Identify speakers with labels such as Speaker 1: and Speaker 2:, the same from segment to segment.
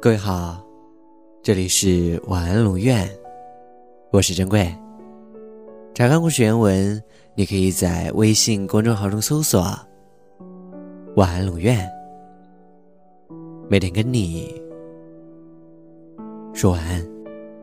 Speaker 1: 各位好，这里是晚安龙院，我是珍贵。查看故事原文，你可以在微信公众号中搜索晚安龙院，每天跟你说晚安。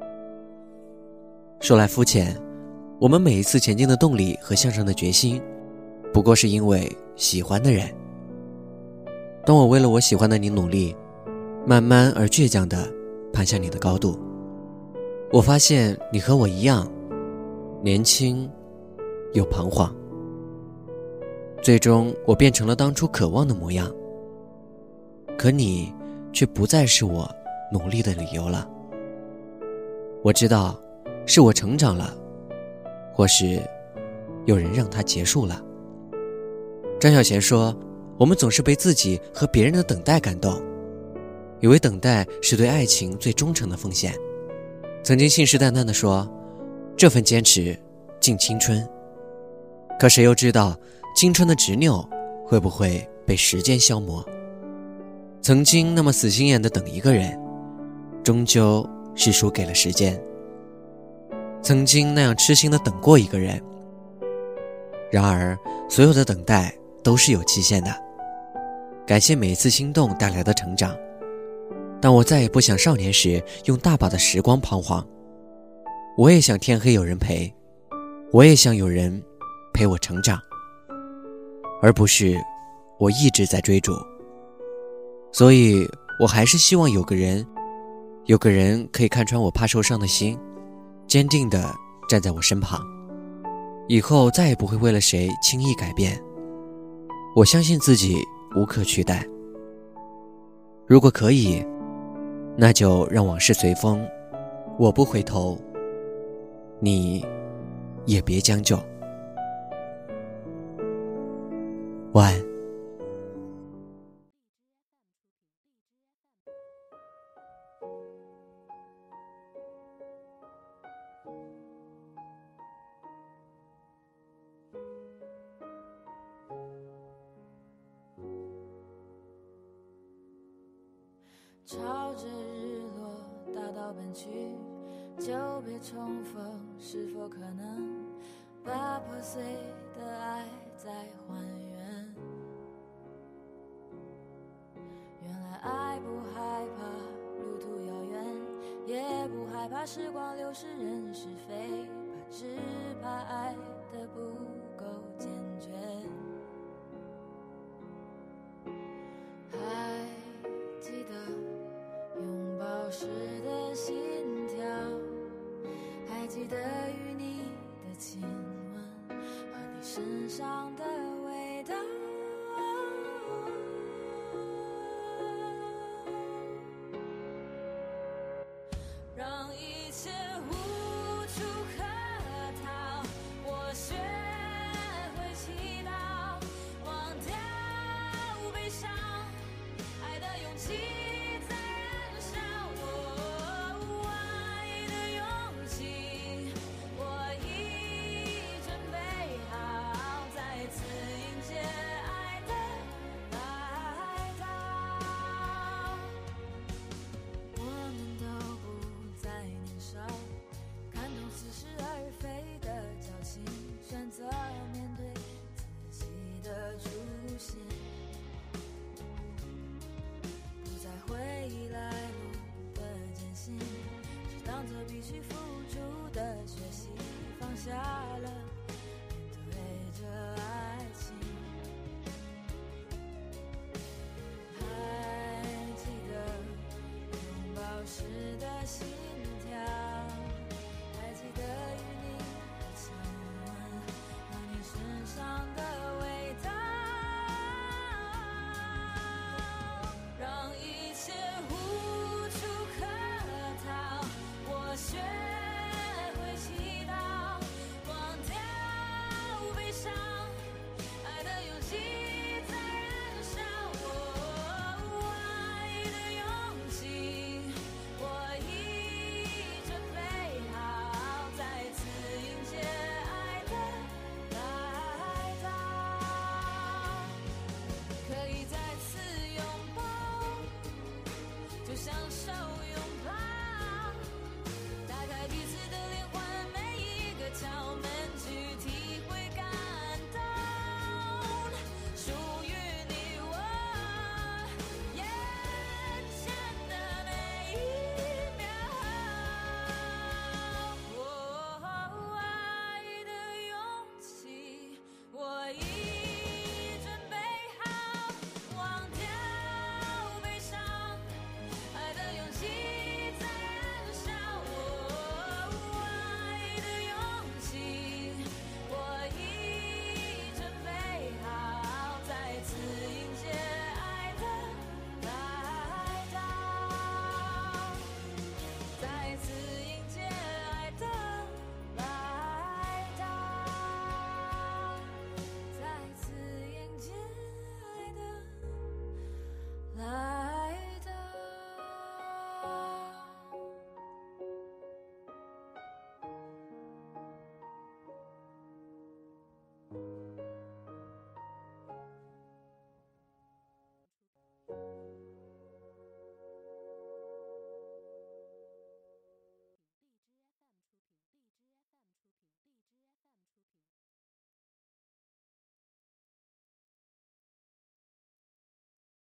Speaker 1: 说来肤浅，我们每一次前进的动力和向上的决心，不过是因为喜欢的人。当我为了我喜欢的你努力，慢慢而倔强地攀向你的高度，我发现你和我一样，年轻又彷徨。最终我变成了当初渴望的模样，可你却不再是我努力的理由了。我知道是我成长了，或是有人让它结束了。张小娴说，我们总是被自己和别人的等待感动，以为等待是对爱情最忠诚的奉献，曾经信誓旦旦地说，这份坚持尽青春。可谁又知道青春的执拗会不会被时间消磨？曾经那么死心眼地等一个人，终究是输给了时间。曾经那样痴心地等过一个人，然而所有的等待都是有期限的。感谢每一次心动带来的成长，但我再也不想少年时用大把的时光彷徨。我也想天黑有人陪，我也想有人陪我成长，而不是我一直在追逐。所以我还是希望有个人可以看穿我怕受伤的心，坚定地站在我身旁，以后再也不会为了谁轻易改变。我相信自己无可取代。如果可以，那就让往事随风，我不回头，你也别将就。晚安。
Speaker 2: 朝着日落大道奔去，久别重逢，是否可能把破碎的爱再还原？原来爱不害怕路途遥远，也不害怕时光流逝人是非，只怕爱的不够坚决。还记得拥抱时的心跳，还记得与你的亲吻，和你身上